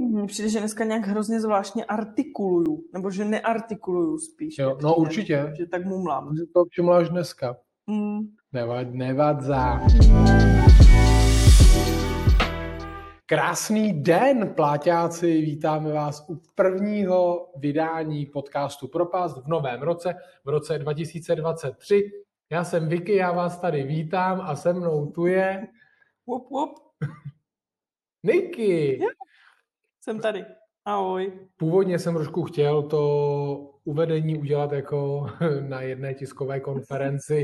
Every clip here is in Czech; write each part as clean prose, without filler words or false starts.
Mně přijde, že dneska nějak hrozně zvláštně artikuluju, nebo že neartikuluju spíš. Jo, no určitě. Že tak mumlám. To všimla až dneska. Nevadzá. Krásný den, pláťáci, vítáme vás u prvního vydání podcastu Propast v novém roce, v roce 2023. Já jsem Vicky, já vás tady vítám a se mnou tu je... Niky! Jsem tady. Ahoj. Původně jsem trošku chtěl to uvedení udělat jako na jedné tiskové konferenci.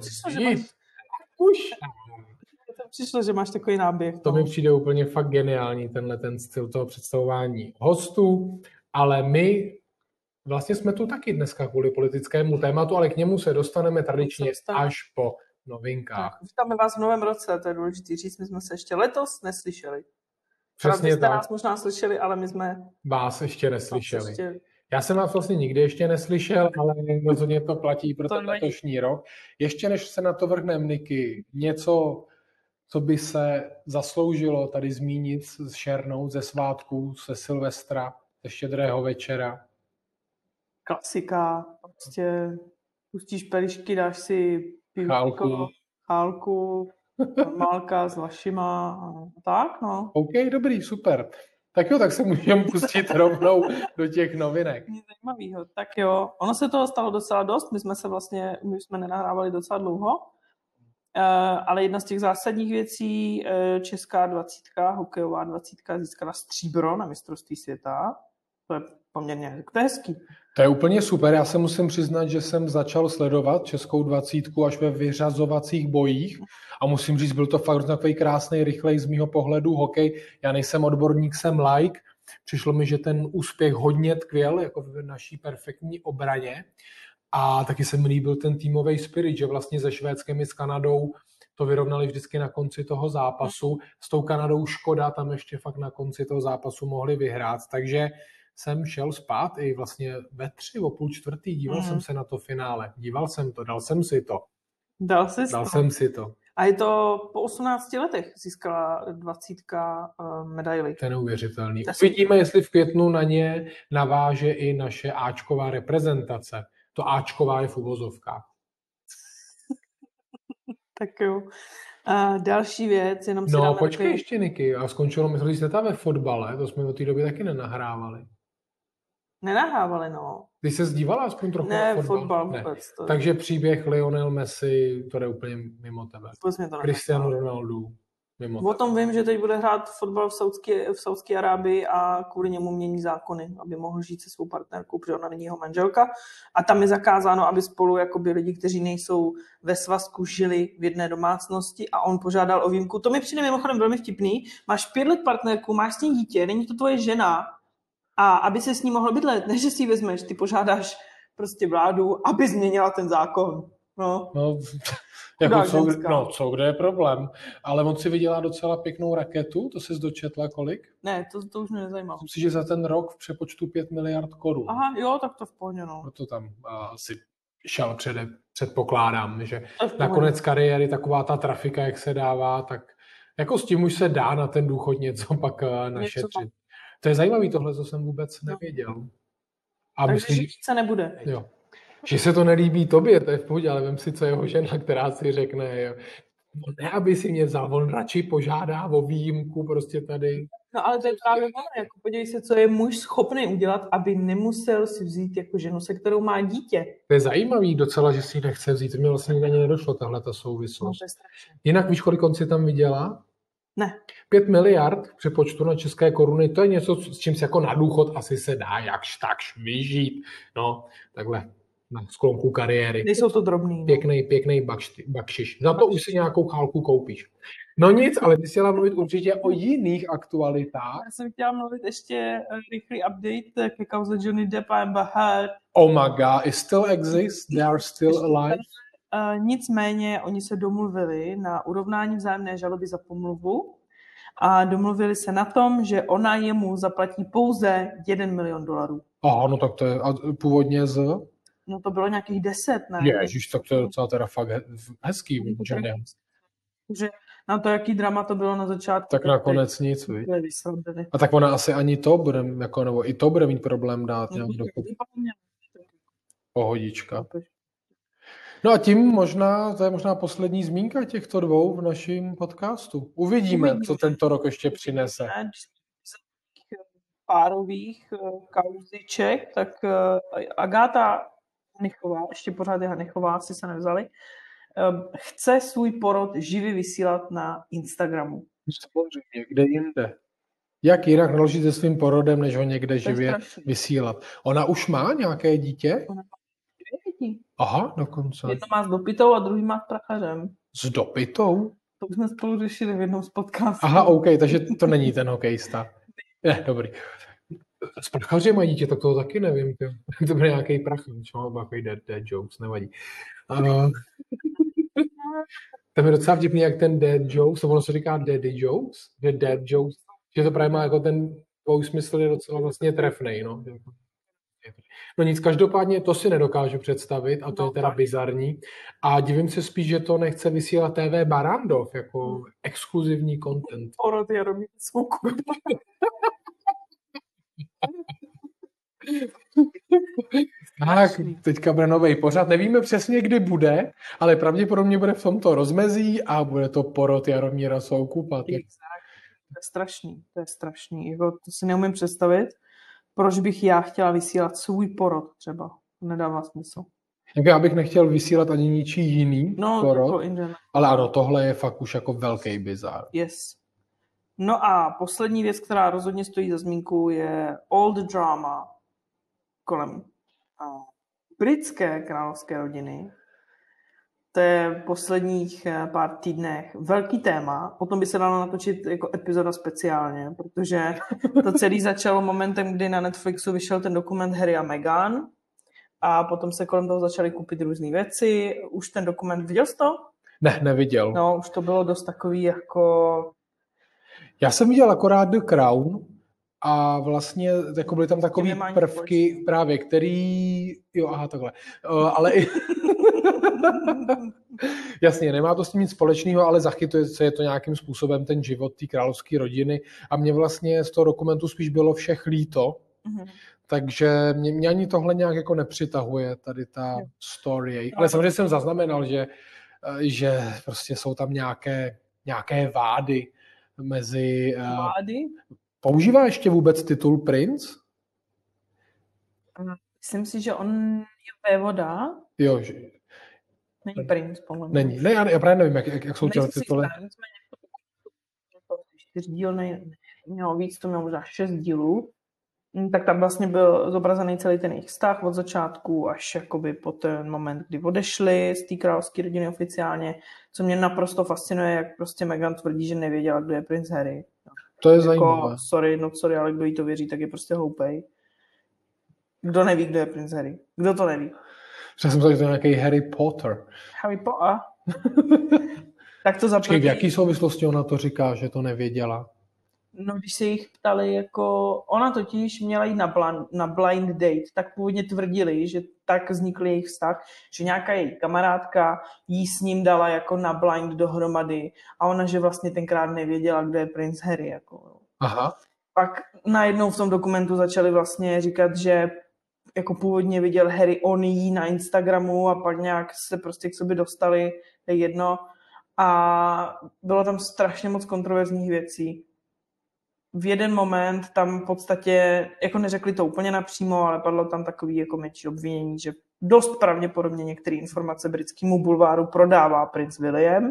To přišlo, že máš takový náběh. To mi přijde úplně fakt geniální, ten styl toho představování hostů, ale my vlastně jsme tu taky dneska kvůli politickému tématu, ale k němu se dostaneme tradičně až po novinkách. Vítáme vás v novém roce, to je důležité říct, my jsme se ještě letos neslyšeli. Přesně jste nás možná slyšeli, ale my jsme... Vás ještě neslyšeli. Já jsem vás vlastně nikdy ještě neslyšel, ale rozhodně to platí pro ten letošní rok. Ještě než se na to vrhneme, Niky, něco, co by se zasloužilo tady zmínit s Šernou ze svátků, ze Silvestra, ze Štědrého večera? Klasika. Prostě pustíš pelišky, dáš si chálku, normálka s vašima a tak, no. OK, dobrý, super. Tak jo, tak se můžeme pustit rovnou do těch novinek. Nic zajímavého. Tak jo, ono se toho stalo docela dost, my jsme nenahrávali docela dlouho, ale jedna z těch zásadních věcí, česká 20, hokejová 20 získala stříbro na mistrovství světa. To je poměrně, to je hezký. To je úplně super, já se musím přiznat, že jsem začal sledovat českou 20 až ve vyřazovacích bojích a musím říct, byl to fakt takový krásný, rychlej z mýho pohledu hokej. Já nejsem odborník, jsem laik. Přišlo mi, že ten úspěch hodně tkvěl jako v naší perfektní obraně a taky se mi líbil ten týmový spirit, že vlastně se Švédskem i s Kanadou to vyrovnali vždycky na konci toho zápasu. S tou Kanadou škoda, tam ještě fakt na konci toho zápasu mohli vyhrát, takže jsem šel spát i vlastně ve 3, o 3:30, díval jsem se na to finále. Díval jsem to, dal jsem si to. Dal jsem si to. A je to po 18 letech získala 20 medaily. To je neuvěřitelný. Uvidíme, jestli v květnu na ně naváže i naše áčková reprezentace. To áčková je v uvozovkách. Tak jo. Další věc, jenom si dáme... No, počkej ještě, Niky. A skončilo mistrovství světa ve fotbale, to jsme od té doby taky nenahrávali. Nenahrávali, no. Ty se zdívala aspoň trochu na fotbal? Ne, vůbec. To... Takže příběh Lionel Messi, to jde úplně mimo tebe. Cristiano Ronaldo, mimo tebe. O tom vím, že teď bude hrát fotbal v Saudské Arábii a kvůli němu mění zákony, aby mohl žít se svou partnerkou, protože ona není jeho manželka. A tam je zakázáno, aby spolu jakoby lidi, kteří nejsou ve svazku, žili v jedné domácnosti a on požádal o výjimku. To mi přijde mimochodem velmi vtipný. Máš 5 let partnerku, máš s ní dítě, není to tvoje žena, a aby se s ní mohl bydlet, než si ji vezmeš, ty požádáš prostě vládu, aby změnila ten zákon. No jako kde je problém? Ale on si vydělá docela pěknou raketu, to jsi dočetla kolik? Ne, to už mě nezajímalo. Myslím si, že za ten rok v přepočtu 5 miliard korun. Aha, jo, tak to v pohodě, no. Proto tam asi šel předpokládám, že nakonec kariéry taková ta trafika, jak se dává, tak jako s tím už se dá na ten důchod něco pak našetřit. To je zajímavý tohle, co jsem vůbec nevěděl. A takže více nebude. Jo. Že se to nelíbí tobě, to je v pohodě, ale vem si, co jeho žena, která si řekne, jo. Ne, aby si mě vzal, on radši požádá o výjimku prostě tady. No ale to je právě ono, jako podívej se, co je muž schopný udělat, aby nemusel si vzít jako ženu, se kterou má dítě. To je zajímavý docela, že si ji nechce vzít, to mě vlastně nikdy nedošlo, tahle ta souvislost. No, jinak víš, kolik on si tam viděla? Ne. 5 miliard v přepočtu na české koruny, to je něco, s čím se jako na důchod asi se dá jakž takž vyžít. No, takhle na sklonku kariéry. Nejsou to drobný. No. Pěkný bakšiš. Za to už si nějakou chálku koupíš. No nic, ale ty jsi chtěla mluvit určitě o jiných aktualitách. Já jsem chtěla mluvit ještě rychlý update ke kauze Johnny Depp a Amber Heard. Oh my god, it still exists? They are still alive? Nicméně oni se domluvili na urovnání vzájemné žaloby za pomluvu a domluvili se na tom, že ona jemu zaplatí pouze $1 milion. Aha, no tak to je původně z... No to bylo nějakých 10, ne? Ježiš, tak to je docela teda fakt hezký. Takže Na to, jaký drama to bylo na začátku. Tak nakonec nic, víš. A tak ona asi ani to bude, jako, nebo i to bude mít problém dát nějak do pohodička. No a tím to je možná poslední zmínka těchto dvou v našem podcastu. Uvidíme, co tento rok ještě přinese. Párových kauziček, tak Agáta Hanechová, ještě pořád je Hanechová, si se nevzali, chce svůj porod živě vysílat na Instagramu. Samozřejmě, kde jinde. Jak jinak naložit se svým porodem, než ho někde živě vysílat? Ona už má nějaké dítě? Ona má 2 děti. Aha, dokonce. Jedno má s Dopitou a druhý má s Prachařem. S Dopitou? To už jsme spolu řešili v jednom z podcastů. Aha, OK, takže to není ten hokejista. Ne, dobrý. S Prachařem mají dítě, tak toho taky nevím. To byl nějaký Prachař, čo? Takový dead jokes, nevadí. Tam je docela vtipný, jak ten dead jokes, to ono se říká daddy jokes, že dead jokes, že to právě má jako ten smysl je docela vlastně trefnej, no. No nic, každopádně to si nedokážu představit a to je teda bizarní. A divím se spíš, že to nechce vysílat TV Barrandov jako exkluzivní content. Porod Jaromír Soukup. Tak, teďka bude novej pořad. Nevíme přesně, kdy bude, ale pravděpodobně bude v tomto rozmezí a bude to porod Jaromíra Soukupa. To je strašný. Jako, to si neumím představit. Proč bych já chtěla vysílat svůj porod třeba? To nedává smysl. Tak já bych nechtěl vysílat ani ničí jiný porod, ale ano, tohle je fakt už jako velký bizár. Yes. No a poslední věc, která rozhodně stojí za zmínku, je all the drama kolem britské královské rodiny. To je v posledních pár týdnech velký téma. O tom by se dalo natočit jako epizoda speciálně, protože to celé začalo momentem, kdy na Netflixu vyšel ten dokument Harry a Meghan a potom se kolem toho začaly kupit různé věci. Už ten dokument, viděl jsi to? Ne, neviděl. No, už to bylo dost takový jako... Já jsem viděl akorát The Crown a vlastně jako byly tam takový prvky právě, který... Jo, aha, takhle. Ale jasně, nemá to s tím nic společného, ale zachytuje se je to nějakým způsobem ten život té královské rodiny a mě vlastně z toho dokumentu spíš bylo všech líto, takže mě ani tohle nějak jako nepřitahuje tady ta story. Ale samozřejmě jsem zaznamenal, že prostě jsou tam nějaké vády mezi... Vády? Používá ještě vůbec titul princ? Myslím si, že on je vévoda. Jo, Není princ, podle mě. Není. Ne, já právě nevím, jak jsou tyhle tituly. Mělo víc, to mělo možná 6 dílů. Tak tam vlastně byl zobrazený celý ten jejich vztah od začátku až jakoby po ten moment, kdy odešli z té královské rodiny oficiálně, co mě naprosto fascinuje, jak prostě Meghan tvrdí, že nevěděla, kdo je princ Harry. To je zajímavé. Sorry, ale kdo jí to věří, tak je prostě hloupej. Kdo neví, kdo je princ Harry? Kdo to neví? Já jsem že to je nějaký Harry Potter. Harry Potter? Tak to zaprvé... V jaký souvislosti ona to říká, že to nevěděla? No, když se jich ptali, jako... Ona totiž měla jít na blind date, tak původně tvrdili, že tak vznikl jejich vztah, že nějaká její kamarádka jí s ním dala jako na blind dohromady a ona, že vlastně tenkrát nevěděla, kdo je princ Harry. Jako. Aha. Pak najednou v tom dokumentu začali vlastně říkat, že jako původně viděl Harry on jí na Instagramu a pak nějak se prostě k sobě dostali, to je jedno. A bylo tam strašně moc kontroverzních věcí. V jeden moment tam v podstatě, jako neřekli to úplně napřímo, ale padlo tam takový jako menší obvinění, že dost pravděpodobně některé informace britskému bulváru prodává princ William,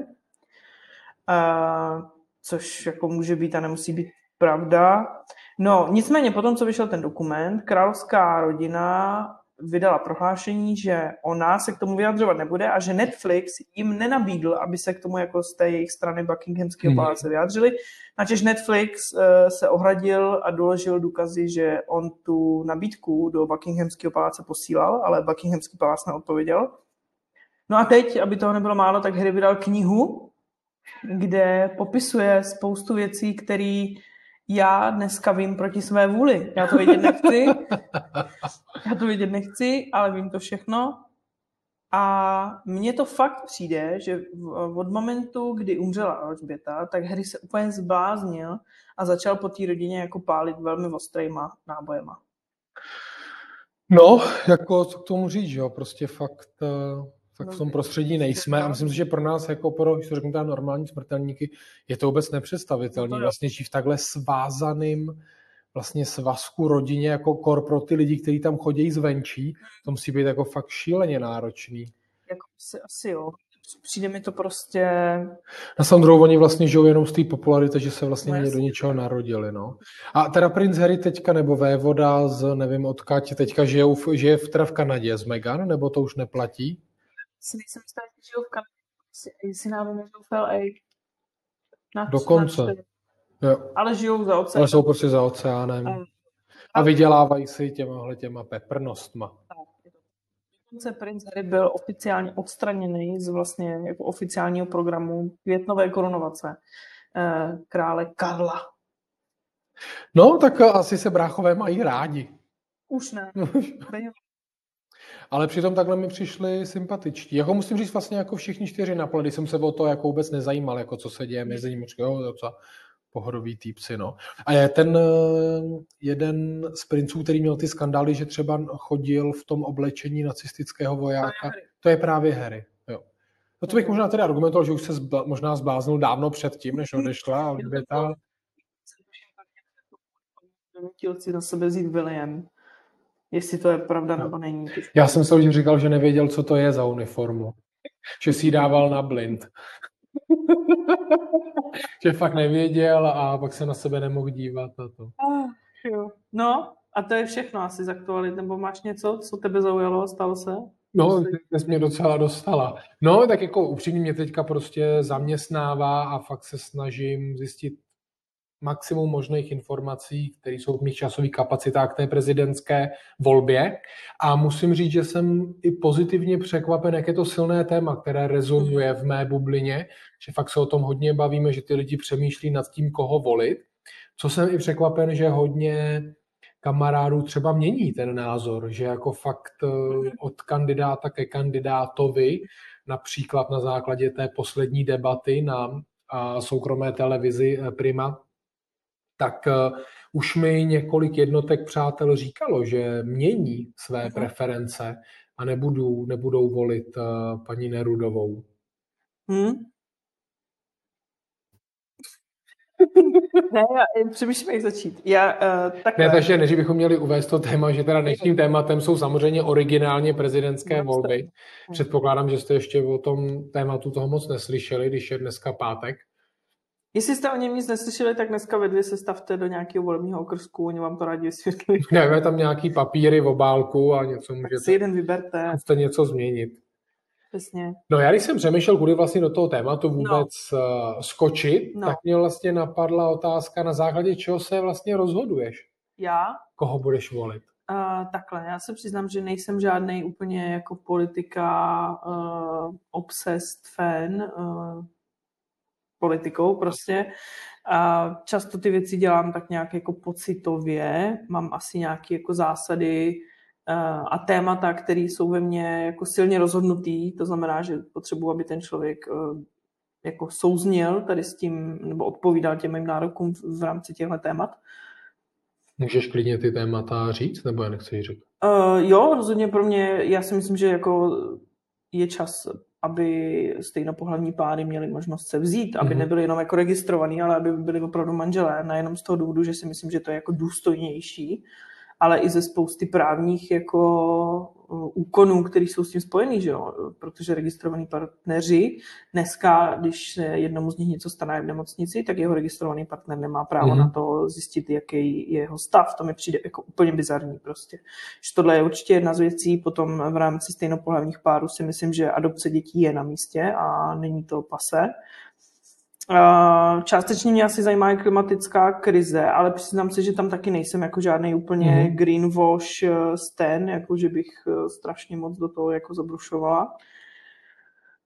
což jako může být a nemusí být pravda. No, nicméně potom, co vyšel ten dokument, královská rodina vydala prohlášení, že ona se k tomu vyjadřovat nebude a že Netflix jim nenabídl, aby se k tomu jako z té jejich strany Buckinghamského paláce vyjádřili. Načež Netflix se ohradil a doložil důkazy, že on tu nabídku do Buckinghamského paláce posílal, ale Buckinghamský palác neodpověděl. No a teď, aby toho nebylo málo, tak Harry vydal knihu, kde popisuje spoustu věcí, které já dneska vím proti své vůli. Já to vědět nechci, ale vím to všechno. A mně to fakt přijde, že od momentu, kdy umřela Alžběta, tak Harry se úplně zbláznil a začal po té rodině jako pálit velmi ostrýma nábojema. No, jako co k tomu říct, jo, prostě fakt v tom prostředí nejsme a myslím si, že pro nás, jako pro, když to řeknu tam normální smrtelníky, je to vůbec nepředstavitelné. Vlastně žít v takhle svázaným vlastně svazku rodině, jako kor pro ty lidi, kteří tam chodí zvenčí, to musí být jako fakt šíleně náročný. Jako asi jo. Přijde mi to prostě... Na Sandrou oni vlastně žijou jenom z té popularity, že se vlastně do něčeho narodili, no. A teda princ Harry teďka, nebo vévoda z, nevím odkud, teďka žije teda v Kanadě s Meghan, nebo to už neplatí? Si nejsem jistá, že žijou v Kanadě, jestli nám žijou v LA. Dokonce. Jo. Ale žijou za oceánem. Ale jsou prostě za oceánem. A vydělávají si těma peprnostma. Dokonce princ Harry byl oficiálně odstraněný z vlastně jako oficiálního programu květnové korunovace krále Karla. No, tak asi se bráchové mají rádi. Už ne. Ale přitom takhle mi přišli sympatičtí. Jako musím říct vlastně jako všichni 4 na pledy, jsem se o to jako vůbec nezajímal, jako co se děje mezi nimi. Jo, docela pohodový týpci, no. A je ten jeden z princů, který měl ty skandály, že třeba chodil v tom oblečení nacistického vojáka, to je právě Harry. Jo. No to bych možná tedy argumentoval, že už se možná zbláznil dávno předtím, než odešla Alžběta. Donutil si na sebe vzít William. Jestli to je pravda, nebo není. Já jsem se už říkal, že nevěděl, co to je za uniformu. Že si ji dával na blind. Že fakt nevěděl a pak se na sebe nemohl dívat na to. Jo. No, a to je všechno asi z aktualit, nebo máš něco, co tebe zaujalo, stalo se? No, dnes mě docela dostala. No, tak jako upřímně mě teďka prostě zaměstnává a fakt se snažím zjistit maximum možných informací, které jsou v mých časových kapacitách k té prezidentské volbě. A musím říct, že jsem i pozitivně překvapen, jak je to silné téma, které rezonuje v mé bublině, že fakt se o tom hodně bavíme, že ty lidi přemýšlí nad tím, koho volit. Co jsem i překvapen, že hodně kamarádů třeba mění ten názor, že jako fakt od kandidáta ke kandidátovi, například na základě té poslední debaty na soukromé televizi Prima, tak už mi několik jednotek přátel říkalo, že mění své preference a nebudou volit paní Nerudovou. Ne, přemýšlím, jak začít. Ne, takže než bychom měli uvést to téma, že teda dnešním tématem jsou samozřejmě originálně prezidentské volby. Předpokládám, že jste ještě o tom tématu toho moc neslyšeli, když je dneska pátek. Jestli jste o něm nic neslyšeli, tak dneska ve 2 se stavte do nějakého volebního okrsku, oni vám to rádi vysvětlí. Ne, tam nějaký papíry v obálku a něco můžete. Si jeden vyberte. Můžete něco změnit. Přesně. No já když jsem přemýšlel, kudy vlastně do toho tématu vůbec skočit, tak mě vlastně napadla otázka, na základě čeho se vlastně rozhoduješ? Já? Koho budeš volit? Takhle, já se přiznám, že nejsem žádnej úplně jako politika obsessed fan politikou prostě. Často ty věci dělám tak nějak jako pocitově, mám asi nějaké jako zásady a témata, které jsou ve mně jako silně rozhodnutý, to znamená, že potřebuji, aby ten člověk jako souzněl tady s tím, nebo odpovídal těm mým nárokům v rámci těchto témat. Můžeš klidně ty témata říct, nebo já nechci říct? Jo, rozhodně pro mě, já si myslím, že jako je čas, aby stejnopohlavní páry měly možnost se vzít, aby nebyly jenom jako registrovaný, ale aby byly opravdu manželé, nejenom z toho důvodu, že si myslím, že to je jako důstojnější, ale i ze spousty právních jako úkonů, které jsou s tím spojený, že jo? Protože registrovaní partneři dneska, když se jednomu z nich něco stane v nemocnici, tak jeho registrovaný partner nemá právo na to zjistit, jaký je jeho stav. To mi přijde jako úplně bizarní prostě. Že tohle je určitě jedna z věcí, potom v rámci stejnopohlavních párů si myslím, že adopce dětí je na místě a není to pase. Částečně mě asi zajímá i klimatická krize, ale přiznám se, že tam taky nejsem jako žádný úplně greenwash stan, jako že bych strašně moc do toho jako zabrušovala.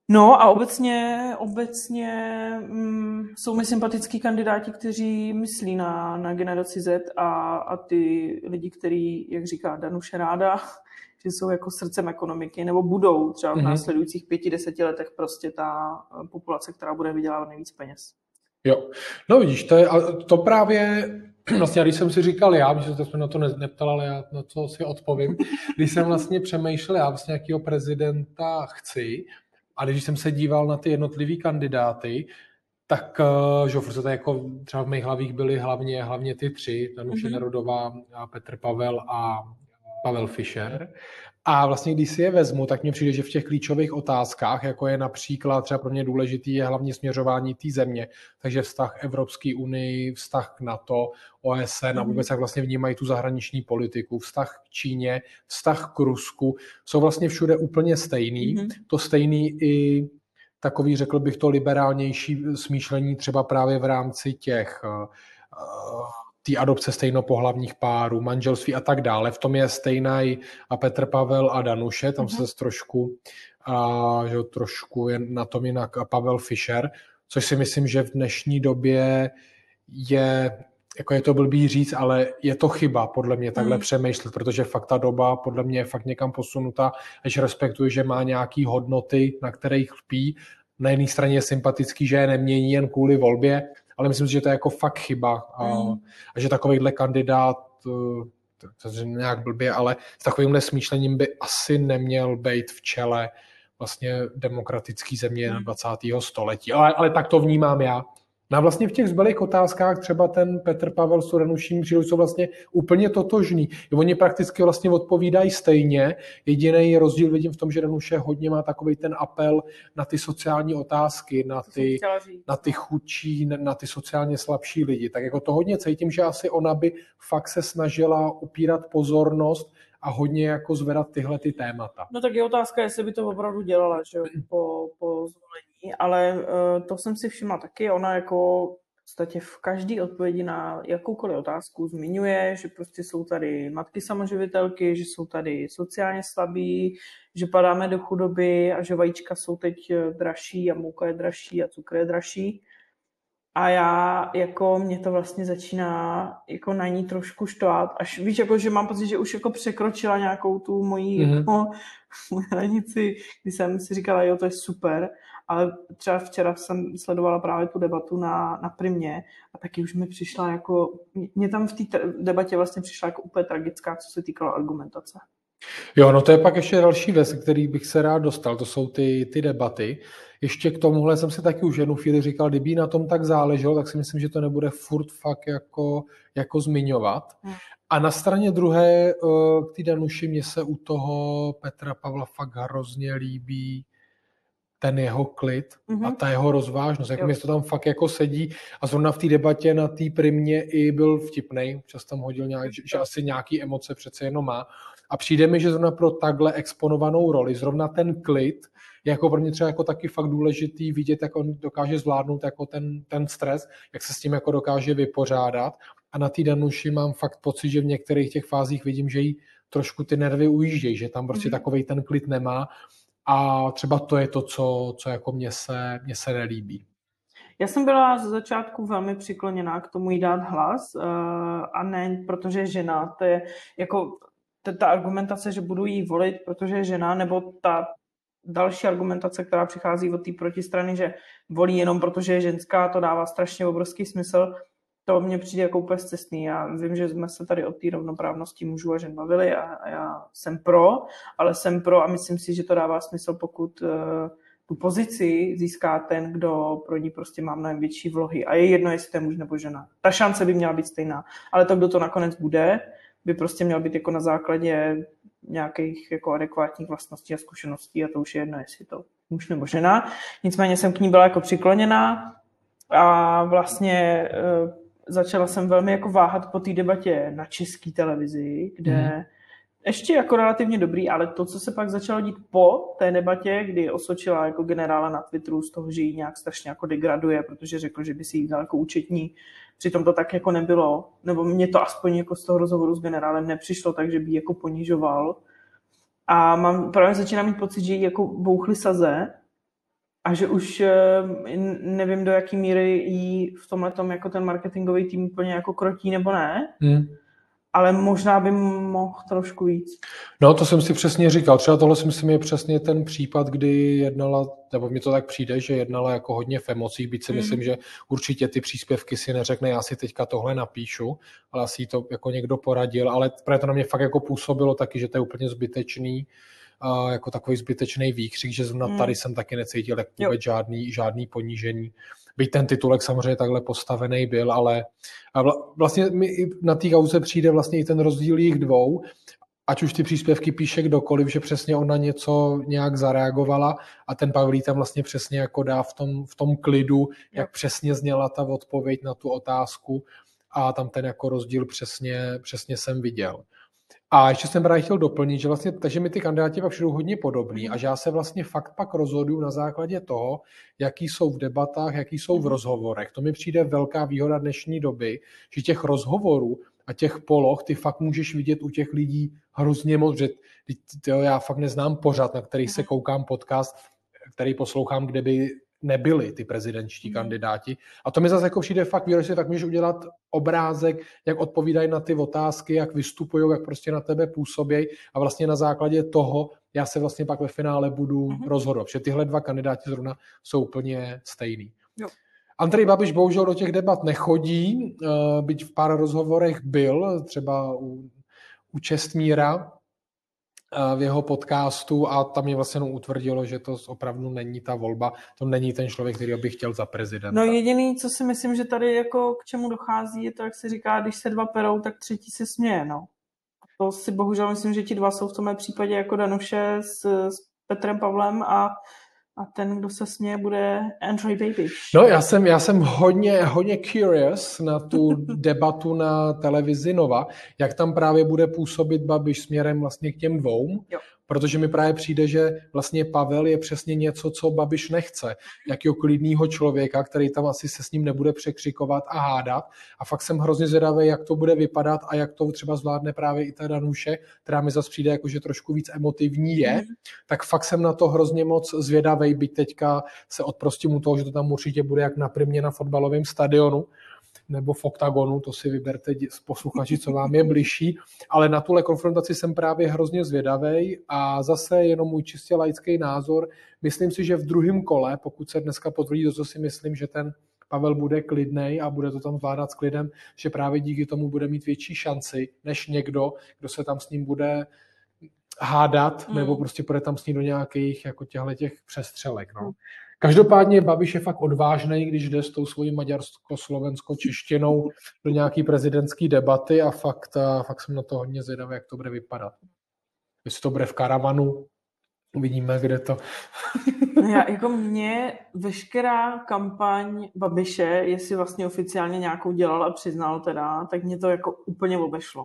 No a obecně jsou mi sympatický kandidáti, kteří myslí na generaci Z a ty lidi, kteří, jak říká Danuše ráda, že jsou jako srdcem ekonomiky, nebo budou třeba v následujících 5-10 letech prostě ta populace, která bude vydělávat nejvíc peněz. Jo, no vidíš, to právě, vlastně když jsem si říkal že jsme na to neptal, ale já na to si odpovím, když jsem vlastně přemýšlel, já vlastně jakýho prezidenta chci, a když jsem se díval na ty jednotlivý kandidáty, tak, že furt to jako třeba v mých hlavích byly hlavně ty tři, Danuše Nerudová, Petr Pavel a Pavel Fischer. A vlastně, když si je vezmu, tak mně přijde, že v těch klíčových otázkách, jako je například třeba pro mě důležitý, je hlavně směřování té země. Takže vztah Evropské unii, vztah k NATO, OSN a vůbec jak vlastně vnímají tu zahraniční politiku, vztah k Číně, vztah k Rusku, jsou vlastně všude úplně stejný. To stejný i takový, řekl bych, to liberálnější smýšlení třeba právě v rámci těch té adopce stejnopohlavních párů, manželství a tak dále. V tom je stejný a Petr Pavel a Danuše, tam se trošku je na tom jinak Pavel Fischer, což si myslím, že v dnešní době je, jako je to blbý říct, ale je to chyba podle mě takhle přemýšlet, protože fakt ta doba podle mě je fakt někam posunutá, až respektuji, že má nějaký hodnoty, na kterých lpí. Na jedné straně je sympatický, že je nemění jen kvůli volbě, ale myslím si, že to je jako fakt chyba a že takovýhle kandidát, to je nějak blbě, ale s takovýmhle smýšlením by asi neměl být v čele vlastně demokratický země 20. století. Ale tak to vnímám já. No a vlastně v těch zbylých otázkách třeba ten Petr Pavel s Danuší jsou vlastně úplně totožný. Oni prakticky vlastně odpovídají stejně. Jediný rozdíl vidím v tom, že Danuše hodně má takový ten apel na ty sociální otázky, na ty chudší, na ty sociálně slabší lidi. Tak jako to hodně cítím, že asi ona by fakt se snažila upírat pozornost a hodně jako zvedat tyhle ty témata. No tak je otázka, jestli by to opravdu dělala, že po zvolení, ale to jsem si všimla taky, ona jako v podstatě v každé odpovědi na jakoukoliv otázku zmiňuje, že prostě jsou tady matky samoživitelky, že jsou tady sociálně slabí, že padáme do chudoby a že vajíčka jsou teď dražší a mouka je dražší a cukr je dražší. A já, jako mě to vlastně začíná jako na ní trošku štvát, až víš, jako, že mám pocit, že už jako překročila nějakou tu moji hranici, kdy jsem si říkala, jo, to je super, ale třeba včera jsem sledovala právě tu debatu na Primě a taky už mi přišla jako, mě tam v té debatě vlastně přišla jako úplně tragická, co se týkalo argumentace. Jo, no to je pak ještě další věc, který bych se rád dostal, to jsou ty debaty. Ještě k tomuhle jsem si taky už jednu chvíli říkal, kdyby na tom tak záleželo, tak si myslím, že to nebude furt fakt jako zmiňovat. A na straně druhé k té Danuši mě se u toho Petra Pavla fakt hrozně líbí ten jeho klid a ta jeho rozvážnost. Jako mě to tam fakt jako sedí a zrovna v té debatě na té Primě i byl vtipnej, občas tam hodil že asi nějaký emoce přece jenom má. A přijde mi, že zrovna pro takhle exponovanou roli, zrovna ten klid, je jako pro mě třeba jako taky fakt důležitý vidět, jak on dokáže zvládnout jako ten stres, jak se s tím jako dokáže vypořádat. A na té Danuši mám fakt pocit, že v některých těch fázích vidím, že jí trošku ty nervy ujíždějí, že tam prostě takovej ten klid nemá. A třeba to je to, co jako mně se nelíbí. Já jsem byla ze začátku velmi přikloněná k tomu jí dát hlas a ne protože je žena. To je jako ta argumentace, že budu jí volit, protože je žena, nebo ta další argumentace, která přichází od té protistrany, že volí jenom protože je ženská, to dává strašně obrovský smysl. To mně přijde jako úplně scestný. Já vím, že jsme se tady o té rovnoprávnosti mužů a žen bavili a já jsem pro, ale jsem pro a myslím si, že to dává smysl, pokud tu pozici získá ten, kdo pro ní prostě má mnohem větší vlohy. A je jedno, jestli to je muž nebo žena. Ta šance by měla být stejná. Ale to, kdo to nakonec bude, by prostě měl být jako na základě nějakých jako adekvátních vlastností a zkušeností a to už je jedno, jestli to muž nebo žena. Nicméně jsem k ní byla jako přikloněná a vlastně začala jsem velmi jako váhat po té debatě na české televizi, kde ještě jako relativně dobrý, ale to, co se pak začalo dít po té debatě, kdy osočila jako generála na Twitteru z toho, že ji nějak strašně jako degraduje, protože řekl, že by si jí dal jako účetní. Přitom to tak jako nebylo, nebo mně to aspoň jako z toho rozhovoru s generálem nepřišlo, takže by ji jako ponižoval. A právě začínám mít pocit, že jí jako bouchly saze A že už nevím, do jaký míry jí v tomhletom jako ten marketingový tým úplně jako krotí nebo ne, ale možná by mohl trošku víc. No, to jsem si přesně říkal. Třeba tohle si myslím je přesně ten případ, kdy jednala, nebo mi to tak přijde, že jednala jako hodně v emocích, byť si myslím, že určitě ty příspěvky si neřekne, já si teďka tohle napíšu, ale asi to jako někdo poradil, ale právě to na mě fakt jako působilo taky, že to je úplně zbytečný, jako takový zbytečný výkřik, že zrovna tady jsem taky necítil tak vůbec žádný ponížení. Byť ten titulek samozřejmě takhle postavený byl, ale vlastně mi i na té kauze přijde vlastně i ten rozdíl jich dvou, ať už ty příspěvky píše kdokoliv, že přesně ona něco nějak zareagovala a ten Pavlí tam vlastně přesně jako dá v tom klidu, jak přesně zněla ta odpověď na tu otázku a tam ten jako rozdíl přesně jsem viděl. A ještě jsem právě chtěl doplnit, že vlastně, takže mi ty kandidáti pak všude hodně podobný a že já se vlastně fakt pak rozhoduju na základě toho, jaký jsou v debatách, jaký jsou v rozhovorech. To mi přijde velká výhoda dnešní doby, že těch rozhovorů a těch poloh ty fakt můžeš vidět u těch lidí hrozně moc, že já fakt neznám pořad, na který se koukám podcast, který poslouchám, kde by nebyli ty prezidentští kandidáti. A to mi zase jako přijde fakt výhoda, že tak můžeš udělat obrázek, jak odpovídají na ty otázky, jak vystupují, jak prostě na tebe působí a vlastně na základě toho já se vlastně pak ve finále budu rozhodovat, že tyhle dva kandidáti zrovna jsou úplně stejný. Jo. Andrej Babiš bohužel do těch debat nechodí, byť v pár rozhovorech byl, třeba u Čestmíra v jeho podcastu a tam mě vlastně utvrdilo, že to opravdu není ta volba, to není ten člověk, který bych chtěl za prezidenta. No jediný, co si myslím, že tady jako k čemu dochází, je to, jak se říká, když se dva perou, tak třetí se směje, no. To si bohužel myslím, že ti dva jsou v tomhle případě jako Danuše s Petrem Pavlem a ten, kdo se směje, bude Andrej Babiš. No, já jsem hodně curious na tu debatu na televizi Nova, jak tam právě bude působit Babiš směrem vlastně k těm dvou, protože mi právě přijde, že vlastně Pavel je přesně něco, co Babiš nechce. Jakýho klidného člověka, který tam asi se s ním nebude překřikovat a hádat. A fakt jsem hrozně zvědavý, jak to bude vypadat a jak to třeba zvládne právě i ta Danuše, která mi zase přijde jako, že trošku víc emotivní je. Tak fakt jsem na to hrozně moc zvědavý, byť teďka se odprostím u toho, že to tam určitě bude jak na Primě na fotbalovém stadionu, nebo v oktagonu, to si vyberte posluchači, co vám je bližší, ale na tuhle konfrontaci jsem právě hrozně zvědavej a zase jenom můj čistě laický názor, myslím si, že v druhém kole, pokud se dneska potvrdí to, co si myslím, že ten Pavel bude klidnej a bude to tam zvládat s klidem, že právě díky tomu bude mít větší šanci, než někdo, kdo se tam s ním bude hádat, nebo prostě půjde tam s ním do nějakých jako těch přestřelek, no. Každopádně Babiš je fakt odvážný, když jde s tou svojí maďarsko-slovensko-češtinou do nějaký prezidentský debaty a fakt jsem na to hodně zvědavý, jak to bude vypadat. Jestli to bude v karavanu, uvidíme, kde to... Jako mě veškerá kampaň Babiše, jestli vlastně oficiálně nějakou dělal a přiznal teda, tak mě to jako úplně obešlo.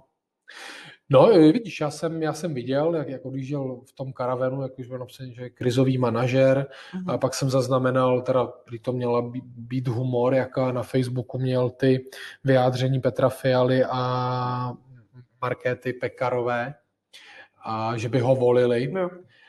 No, vidíš, já jsem viděl, jak odjížděl v tom karavanu, jak už byl napsaný, že je krizový manažer, a pak jsem zaznamenal, teda když to měla být humor, jaká na Facebooku měl ty vyjádření Petra Fialy a Markéty Pekarové, a že by ho volili. No.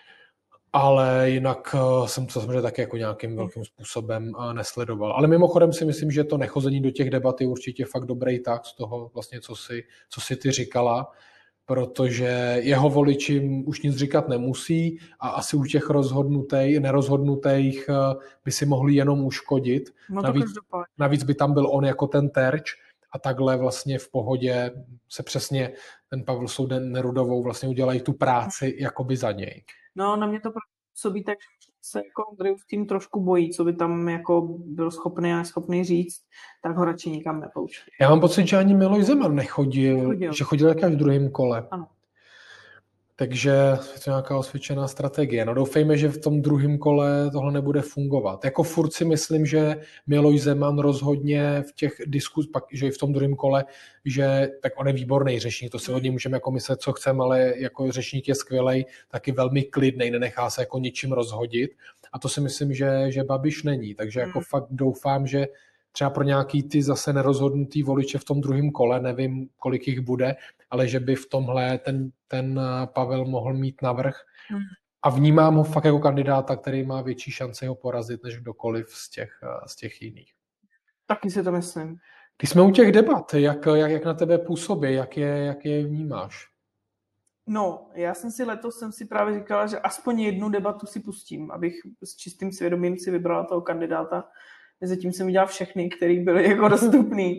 Ale jinak jsem to samozřejmě taky jako nějakým velkým způsobem nesledoval. Ale mimochodem si myslím, že to nechození do těch debat je určitě fakt dobrý tak z toho vlastně, co si ty říkala, protože jeho voliči už nic říkat nemusí a asi u těch nerozhodnutých by si mohli jenom uškodit. No navíc by tam byl on jako ten terč a takhle vlastně v pohodě se přesně ten Pavel s Nerudovou vlastně udělají tu práci jakoby za něj. No, na mě to působí tak, že se jako Andrejův tým trošku bojí, co by tam jako byl schopný a neschopný říct, tak ho radši nikam nepoučí. Já mám pocit, že ani Miloš Zeman nechodil. Že chodil jak v druhém kole. Ano. Takže je to nějaká osvědčená strategie. No doufejme, že v tom druhém kole tohle nebude fungovat. Jako furt si myslím, že Miloš Zeman rozhodně v těch pak, že i v tom druhém kole, že tak on je výborný řečník, to si od něj můžeme jako myslet, co chceme, ale jako řečník je skvělej, taky velmi klidnej, nenechá se jako ničím rozhodit. A to si myslím, že Babiš není. Takže jako fakt doufám, že třeba pro nějaký ty zase nerozhodnutý voliče v tom druhém kole, nevím, kolik jich bude, ale že by v tomhle ten Pavel mohl mít navrch A vnímám ho fakt jako kandidáta, který má větší šanci ho porazit než kdokoliv z těch jiných. Taky si to myslím. Když jsme u těch debat, jak na tebe působí, jak je vnímáš? No, já jsem si právě říkala, že aspoň jednu debatu si pustím, abych s čistým svědomím si vybrala toho kandidáta. Zatím jsem viděla všechny, který byly jako dostupný.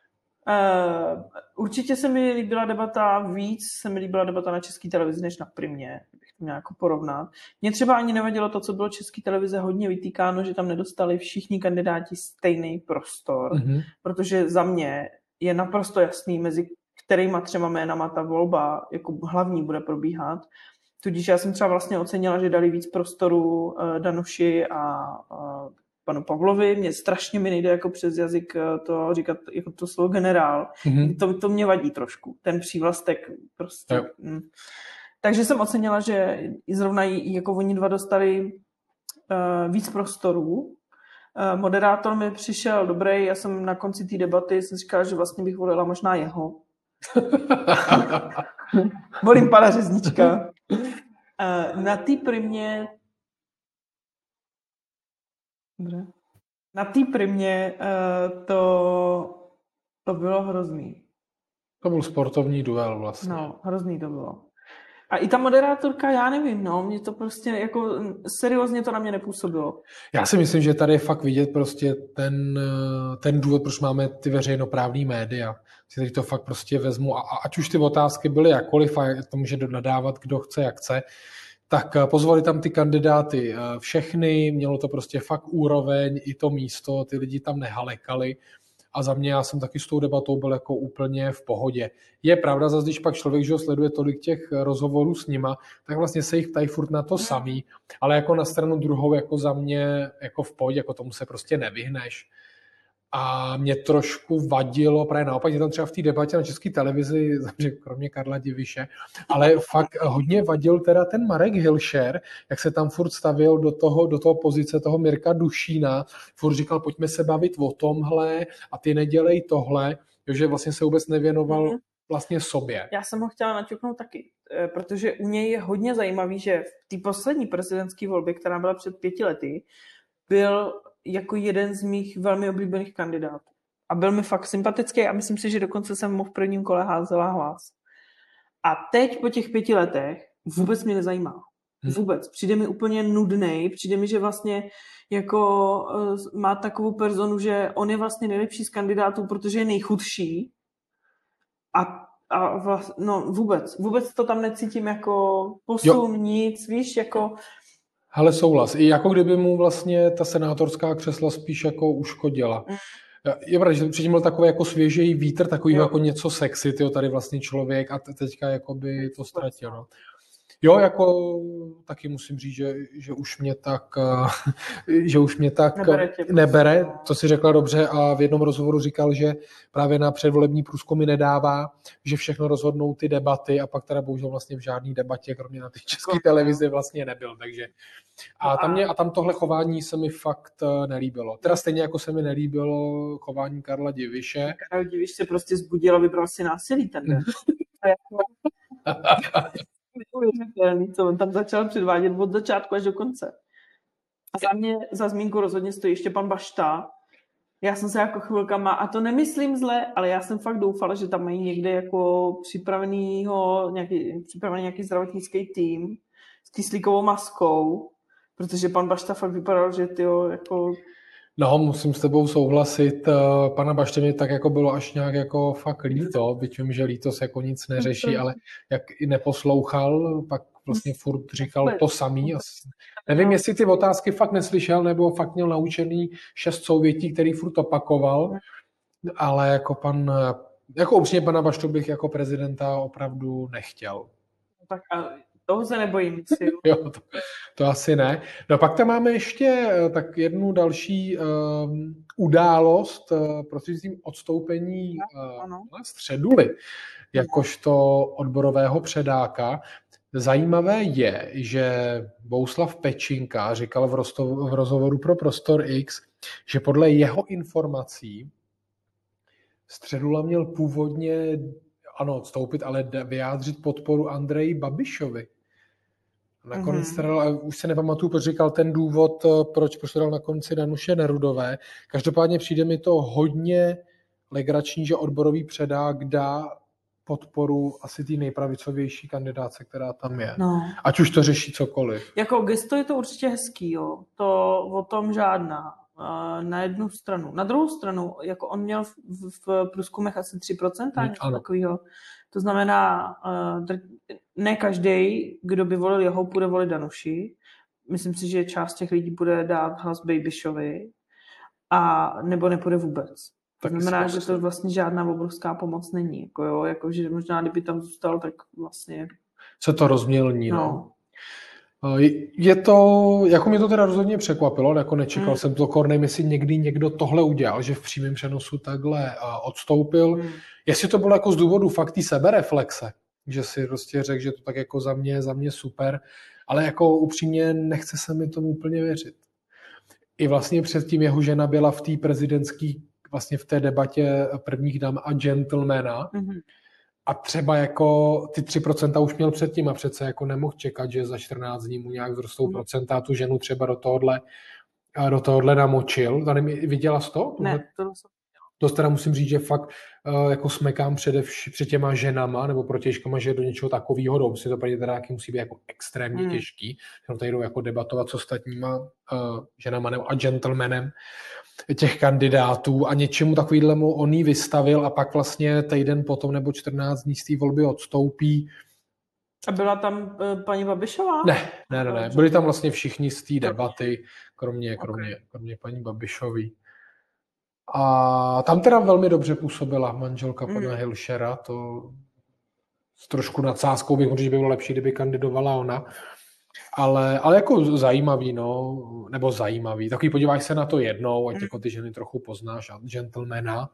Určitě se mi líbila debata, víc se mi líbila debata na České televizi než na Primě, bych to měla jako porovnat. Mně třeba ani nevadilo to, co bylo České televize hodně vytýkáno, že tam nedostali všichni kandidáti stejný prostor, protože za mě je naprosto jasný, mezi kterýma 3 jménama ta volba jako hlavní bude probíhat. Tudíž já jsem třeba vlastně ocenila, že dali víc prostoru Danuši a panu Pavlovi. Mě strašně nejde jako přes jazyk to říkat jako to slovo generál. To mě vadí trošku. Ten přívlastek prostě. Takže jsem ocenila, že zrovna jako oni dva dostali víc prostorů. Moderátor mi přišel dobrý. Já jsem na konci té debaty jsem říkala, že vlastně bych volila možná jeho. Volím pana Řeznička. Na té Primě to bylo hrozný. To byl sportovní duel vlastně. No, hrozný to bylo. A i ta moderátorka, já nevím, no, mě to prostě jako seriózně to na mě nepůsobilo. Já si myslím, že tady je fakt vidět prostě ten důvod, proč máme ty veřejnoprávní média. Si teď to fakt prostě vezmu a ať už ty otázky byly jakkoliv a to může nadávat kdo chce, jak chce, tak pozvali tam ty kandidáty všechny, mělo to prostě fakt úroveň, i to místo, ty lidi tam nehalekali. A za mě já jsem taky s tou debatou byl jako úplně v pohodě. Je pravda, zase když pak člověk, že sleduje tolik těch rozhovorů s nima, tak vlastně se jich ptají furt na to samý, ale jako na stranu druhou jako za mě jako v pohodě, jako tomu se prostě nevyhneš. A mě trošku vadilo, právě naopak, je tam třeba v té debatě na České televizi, kromě Karla Diviše, ale fakt hodně vadil teda ten Marek Hilšer, jak se tam furt stavil do toho pozice toho Mirka Dušína, furt říkal, pojďme se bavit o tomhle a ty nedělej tohle, že vlastně se vůbec nevěnoval vlastně sobě. Já jsem ho chtěla naťuknout taky, protože u něj je hodně zajímavý, že v té poslední prezidentské volbě, která byla před 5 lety, byl jako jeden z mých velmi oblíbených kandidátů. A byl mi fakt sympatický a myslím si, že dokonce jsem mu v prvním kole házela hlas. A teď po těch 5 letech vůbec mě nezajímá. Vůbec. Přijde mi úplně nudnej, přijde mi, že vlastně jako má takovou personu, že on je vlastně nejlepší z kandidátů, protože je nejchudší. A vlastně, no vůbec to tam necítím jako posun, nic, víš, jako... Hele, souhlas. I jako kdyby mu vlastně ta senátorská křesla spíš jako uškodila. Je pravda, že předtím byl takový jako svěžej vítr, takový jako něco sexy, tyjo, tady vlastně člověk a teďka jakoby to ztratil. No. Jo, jako taky musím říct, že už mě tak nebere, to si řekla dobře a v jednom rozhovoru říkal, že právě na předvolební průzkumy nedává, že všechno rozhodnou ty debaty a pak teda bohužel vlastně v žádný debatě, kromě na té České televizi vlastně nebyl, takže a tam tohle chování se mi fakt nelíbilo. Teda stejně jako se mi nelíbilo chování Karla Diviše. Karel Diviš se prostě zbudil a vybral si násilí ten den. Neuvěřitelný, co on tam začal předvádět od začátku až do konce. A za mě za zmínku rozhodně stojí ještě pan Bašta. Já jsem se jako chvilkama, a to nemyslím zle, ale já jsem fakt doufala, že tam mají někde jako připravený nějaký zdravotnický tým s kyslíkovou maskou, protože pan Bašta fakt vypadal, že tyjo, jako... No, musím s tebou souhlasit. Pana Baště mi tak jako bylo až nějak jako fakt líto, byť vím, že lítost jako nic neřeší, ale jak i neposlouchal, pak vlastně furt říkal to samý. Nevím, jestli ty otázky fakt neslyšel, nebo fakt měl naučený 6 souvětí, který furt opakoval, ale jako upřímně pana Baštu bych jako prezidenta opravdu nechtěl. Tak a toho se nebojím. Jo, to asi ne. No pak tam máme ještě tak jednu další událost prostřednictvím odstoupení Středuly, jakožto odborového předáka. Zajímavé je, že Bohuslav Pečinka říkal v rozhovoru pro Prostor X, že podle jeho informací Středula měl původně odstoupit, ale vyjádřit podporu Andreji Babišovi. Nakonec teda, už se nepamatuju, proč říkal ten důvod, proč to dal na konci Danuše Nerudové. Každopádně přijde mi to hodně legrační, že odborový předák dá podporu asi té nejpravicovější kandidáce, která tam je. No. Ať už to řeší cokoliv. Jako gesto je to určitě hezký, jo. To o tom žádná. Na jednu stranu. Na druhou stranu, jako on měl v průzkumech asi 3%, něco takového. To znamená, ne každý, kdo by volil jeho, bude volit Danuši. Myslím si, že část těch lidí bude dát hlas Babišovi a nebo nepůjde vůbec. To znamená, že to vlastně žádná obrovská pomoc není. Jako jo, jako, že možná, kdyby tam zůstal, tak vlastně... Se to rozmělní, no. Je to, jako mě to teda rozhodně překvapilo, jako nečekal jsem to, Kornej, jestli někdy někdo tohle udělal, že v přímém přenosu takhle odstoupil. Jestli to bylo jako z důvodu fakt té sebereflexe, že si prostě řekl, že to tak jako za mě super, ale jako upřímně nechce se mi tomu úplně věřit. I vlastně předtím jeho žena byla v té prezidentský, vlastně v té debatě prvních dam a gentlemana, a třeba jako ty 3% už měl předtím a přece jako nemohl čekat, že za 14 dní mu nějak vzrostou procenta a tu ženu třeba do tohohle namočil. Tady viděla jsi to? Ne, to jsem. To teda musím říct, že fakt jako smekám před těma ženama nebo protěžkama, že do něčeho takového jdou. Si to pro ně teda musí být jako extrémně těžký. Tady jdou jako debatovat s ostatníma ženama nebo a gentlemanem těch kandidátů a něčemu takovýhlemu on jí vystavil a pak vlastně týden potom nebo 14 dní z té volby odstoupí. A byla tam paní Babišová? Ne. Byli tam vlastně všichni z té debaty, kromě paní Babišový. A tam teda velmi dobře působila manželka pana Hilšera, to s trošku nadsázkou bych možná, že by bylo lepší, kdyby kandidovala ona. Ale jako zajímavý, no, nebo zajímavý. Takový podíváš se na to jednou, ať jako ty ženy trochu poznáš a gentlemana.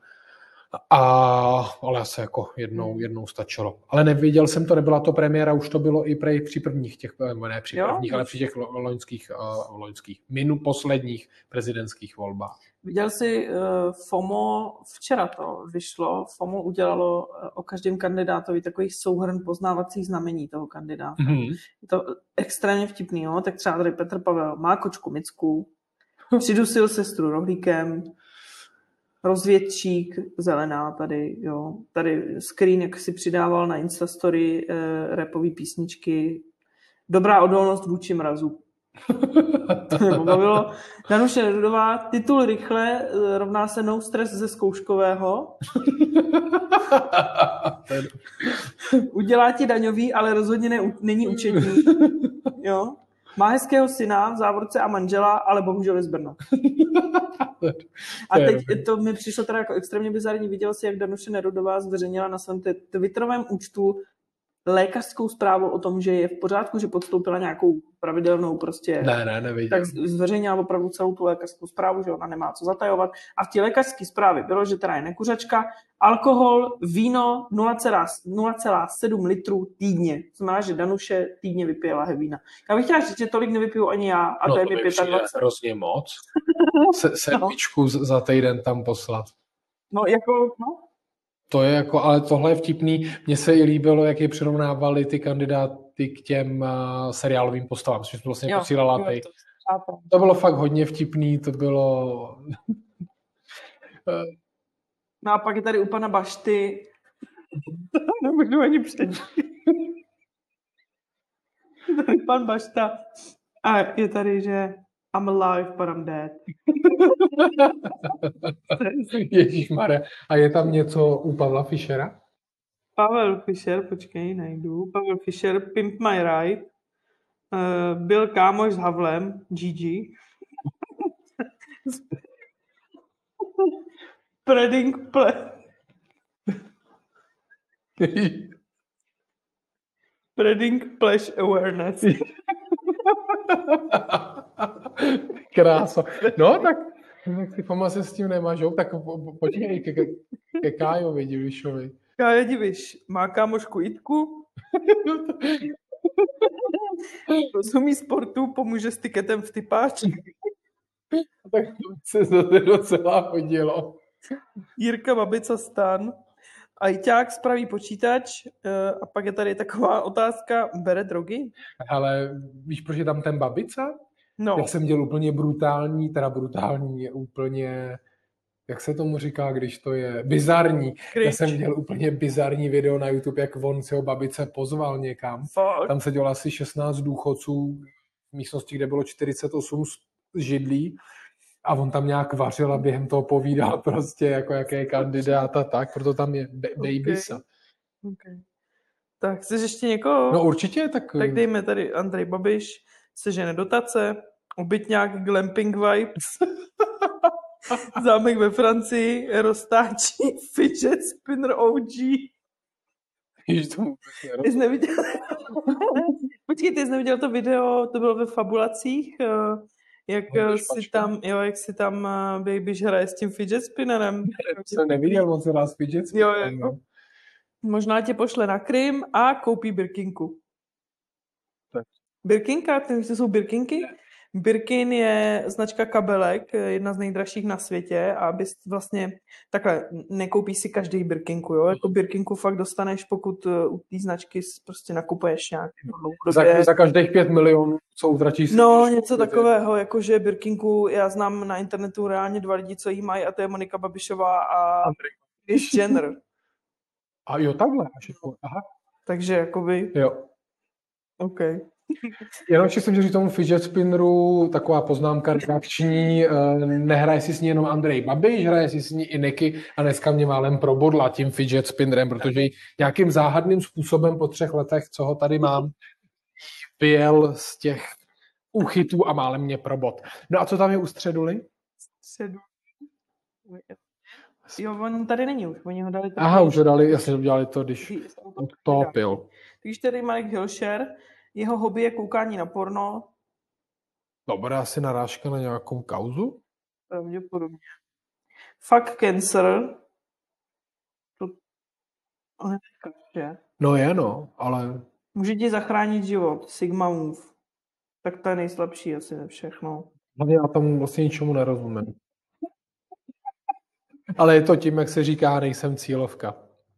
Ale asi jako jednou stačilo. Ale neviděl jsem to, nebyla to premiéra, už to bylo i při prvních těch, ne při prvních, ale při těch loňských, posledních prezidentských volbách. Viděl jsi FOMO, včera to vyšlo, FOMO udělalo o každém kandidátovi takový souhrn poznávacích znamení toho kandidáta. Je to extrémně vtipný, jo? Tak třeba tady Petr Pavel má kočku Micku, přidusil sestru rohlíkem, rozvědčík zelená tady, jo. Tady screen, jak si přidával na Instastory rapový písničky. Dobrá odolnost vůči mrazu. To mě pobavilo. Danuše Nerudová, titul rychle rovná se no stres ze zkouškového. Udělá ti daňový, ale rozhodně není účetní. Jo. Má hezkého syna, v závorce a manžela, ale bohužel je z Brna. A teď to mi přišlo teda jako extrémně bizarní. Viděl jsi, jak Danuše Nerudová zveřejnila na svém twitterovém účtu lékařskou zprávu o tom, že je v pořádku, že podstoupila nějakou pravidelnou prostě... Neviděl. Tak zveřejnila opravdu celou tu lékařskou zprávu, že ona nemá co zatajovat. A v té lékařské zprávě bylo, že teda je nekuřačka, alkohol, víno 0,7 litrů týdně. To znamená, že Danuše týdně vypije lahve vína. Já bych chtěla říct, že tolik nevypiju ani já, a to je mi 25. Hrozně moc. Sedmičku za týden tam poslat. No. To je jako, ale tohle je vtipný. Mně se i líbilo, jak je přirovnávali ty kandidáty k těm seriálovým postavám. Což vlastně posílala ty. To bylo fakt hodně vtipný, to bylo... No a pak je tady u pana Bašty. Nemůžu ani přečíst. Tady pan Bašta. A je tady, že I'm alive, but I'm dead. Ježišmarja. A je tam něco u Pavla Fischera? Pavel Fischer, počkej, najdu. Pavel Fischer, Pimp My Ride. Byl kámoš s Havlem, Gigi. Spreading Splash Awareness. Krása. No, tak si Foma se s tím nemažou, tak počkej ke Kájovi Divišovi. Kája Diviš má kámošku Jitku. Rozumí sportu, pomůže s tiketem v typáči. Tak to se zase docela hodilo. Jirka Babica Stan Ajťák spraví počítač a pak je tady taková otázka, bere drogy? Ale víš, proč je tam ten Babica? No. Já jsem dělal úplně brutální je úplně, jak se tomu říká, když to je bizarní. Cringe. Já jsem dělal úplně bizarní video na YouTube, jak on si ho Babice pozval někam. Fakt? Tam se dělalo asi 16 důchodců v místnosti, kde bylo 48 židlí a on tam nějak vařil a během toho povídal prostě, jako jaký je kandidát a tak, proto tam je Babysa. Okay. Tak chceš ještě někoho? No určitě, tak dejme tady Andrej Babiš, sežene dotace, obytňák glamping vibes, zámek ve Francii, roztáčí, fidget spinner OG. Ty jsi neviděl? Počkej, ty jsi neviděl to video, to bylo ve Fabulacích, jak si tam Babiš hraje s tím fidget spinnerem. Jsem neviděl moc rád fidget spinner. Jo. Možná tě pošle na Krym a koupí Birkinku. Tak. Birkinka, ty víš, co jsou Birkinky? Birkin je značka kabelek, jedna z nejdražších na světě a abys vlastně takhle nekoupíš si každý Birkinku, jo? Jako Birkinku fakt dostaneš, pokud u té značky prostě nakupuješ nějak. Za každých 5 milionů, co utratíš. No, něco takového, jakože Birkinku, já znám na internetu reálně 2 lidi, co jí mají, a to je Monika Babišová a Kris Jenner. A jo, takhle. Aha. Takže jakoby... Jo. OK. Jenom ještě jsem říct tomu fidget spinneru, taková poznámka redakční, nehraje si s ní jenom Andrej Babiš, hraje si s ní i Niky a dneska mě málem probodla tím fidget spinnerem, protože nějakým záhadným způsobem po 3 letech, co ho tady mám, vyjel z těch úchytů a málem mě probod. No a co tam je u Středuly? Jo, on tady není už, oni ho dali... Aha, už ho dali, jasně udělali to, když utopil. Takže tady Marek Hilšer, jeho hobby je koukání na porno. Dobrá, asi narážka na nějakou kauzu? Pravděpodobně. Fuck cancer. To je. No je, no, ale... Může ti zachránit život, Sigma Move. Tak to je nejslabší asi ze všechno. Hlavně já tam vlastně ničemu nerozumím. Ale je to tím, jak se říká, nejsem cílovka.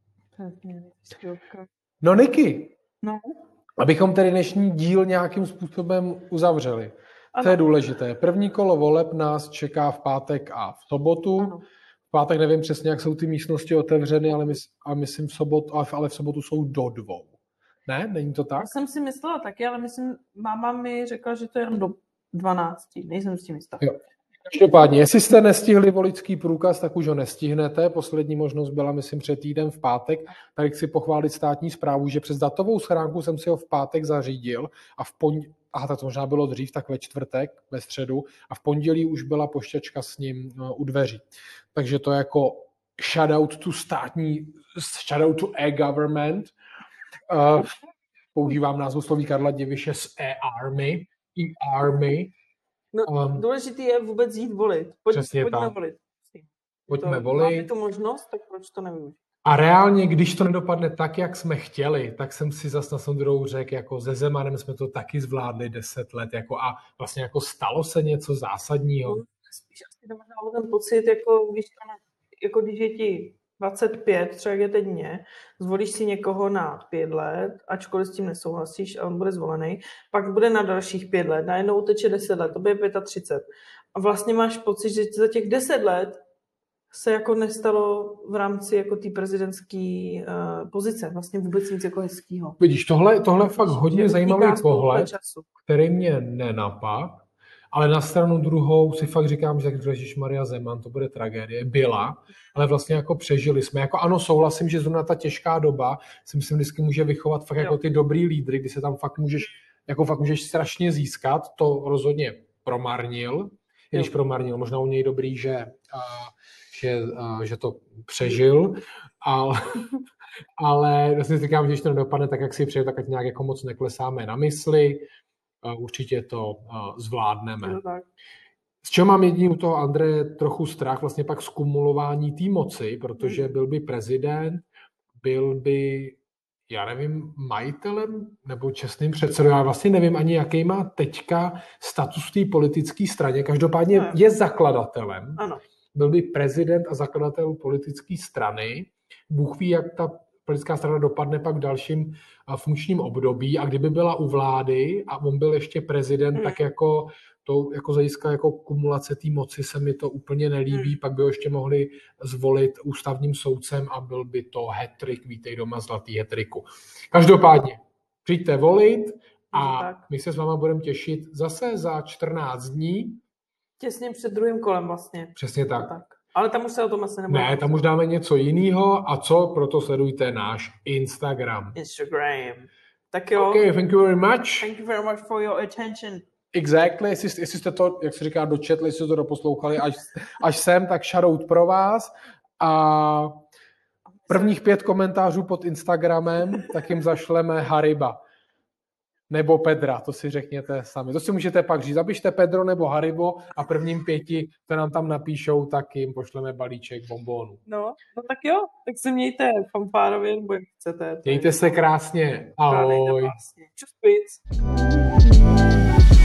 No Niky, no. Abychom tedy dnešní díl nějakým způsobem uzavřeli. Ano. To je důležité. První kolo voleb nás čeká v pátek a v sobotu. Ano. V pátek nevím přesně, jak jsou ty místnosti otevřeny, ale myslím v sobotu, ale v sobotu jsou do 2. Ne? Není to tak? Já jsem si myslela taky, ale myslím, máma mi řekla, že to je jenom do 12. Nejsem s tím jistá. Jo. Každopádně, jestli jste nestihli voličský průkaz, tak už ho nestihnete. Poslední možnost byla, myslím, před týdnem v pátek. Tady chci pochválit státní správu, že přes datovou schránku jsem si ho v pátek zařídil a v pondělí, tak to možná bylo dřív, tak ve čtvrtek, ve středu, a v pondělí už byla pošťačka s ním u dveří. Takže to jako shoutout to e-government. Používám názvu sloví Karla Diviše z e-army. No, důležitý je vůbec jít volit. Pojďme volit. Pojďme volit. Máme tu možnost, tak proč to nevyužít? A reálně, když to nedopadne tak, jak jsme chtěli, tak jsem si zas na druhou řekl, jako se Zemanem jsme to taky zvládli 10 let, jako a vlastně jako stalo se něco zásadního. No, spíš asi to možná ten pocit, jako když je ti 25, třeba jak je teď mě, zvolíš si někoho na 5 let, ačkoliv s tím nesouhlasíš a on bude zvolený, pak bude na dalších 5 let, najednou uteče 10 let, to bude 35. A vlastně máš pocit, že za těch 10 let se jako nestalo v rámci jako té prezidentské pozice. Vlastně vůbec nic jako hezkýho. Vidíš, tohle je fakt hodně zajímavý pohled, který mě nenapadl, ale na stranu druhou si fakt říkám, že Ježišmarja Zeman, to bude tragédie. Byla, ale vlastně jako přežili jsme. Jako ano, souhlasím, že zrovna ta těžká doba si myslím, vždycky může vychovat fakt jako ty dobrý lídry, kdy se tam fakt můžeš strašně získat. To rozhodně promarnil. Když promarnil, možná u něj dobrý, že to přežil, ale vlastně říkám, že když to nedopadne tak, jak si přeje, tak ať nějak jako moc neklesáme na mysli. Určitě to zvládneme. Z čeho mám jediný u toho Andreje trochu strach, vlastně pak skumulování té moci, protože byl by prezident, byl by, já nevím, majitelem nebo čestným předsedou. Já vlastně nevím ani, jaký má teďka status v té politické straně. Každopádně je zakladatelem. Ano. Byl by prezident a zakladatel politické strany Bůh ví, jak ta politická strana dopadne pak v dalším funkčním období a kdyby byla u vlády a on byl ještě prezident, tak jako to jako z hlediska jako kumulace té moci se mi to úplně nelíbí, pak by ho ještě mohli zvolit ústavním soudcem a byl by to hat-trick, vítej doma zlatý hat-tricku. Každopádně, přijďte volit a my se s váma budeme těšit zase za 14 dní. Těsně před druhým kolem vlastně. Přesně tak. Ale tam už se o tom asi nebude. Ne, tam už dáme něco jiného a co? Proto sledujte náš Instagram. Tak jo. Okay, thank you very much. Thank you very much for your attention. Exactly, jestli jste to, jak se říká, dočetli, jestli jste to doposlouchali až sem, tak shoutout pro vás. A prvních 5 komentářů pod Instagramem, tak jim zašleme Hariba. Nebo Pedra, to si řekněte sami. To si můžete pak říct. Zapište Pedro nebo Haribo a prvním 5, co nám tam napíšou, tak jim pošleme balíček bonbónů. No tak jo, tak se mějte fanfárově, nebo jak chcete. Mějte se krásně. Ahoj. Čus,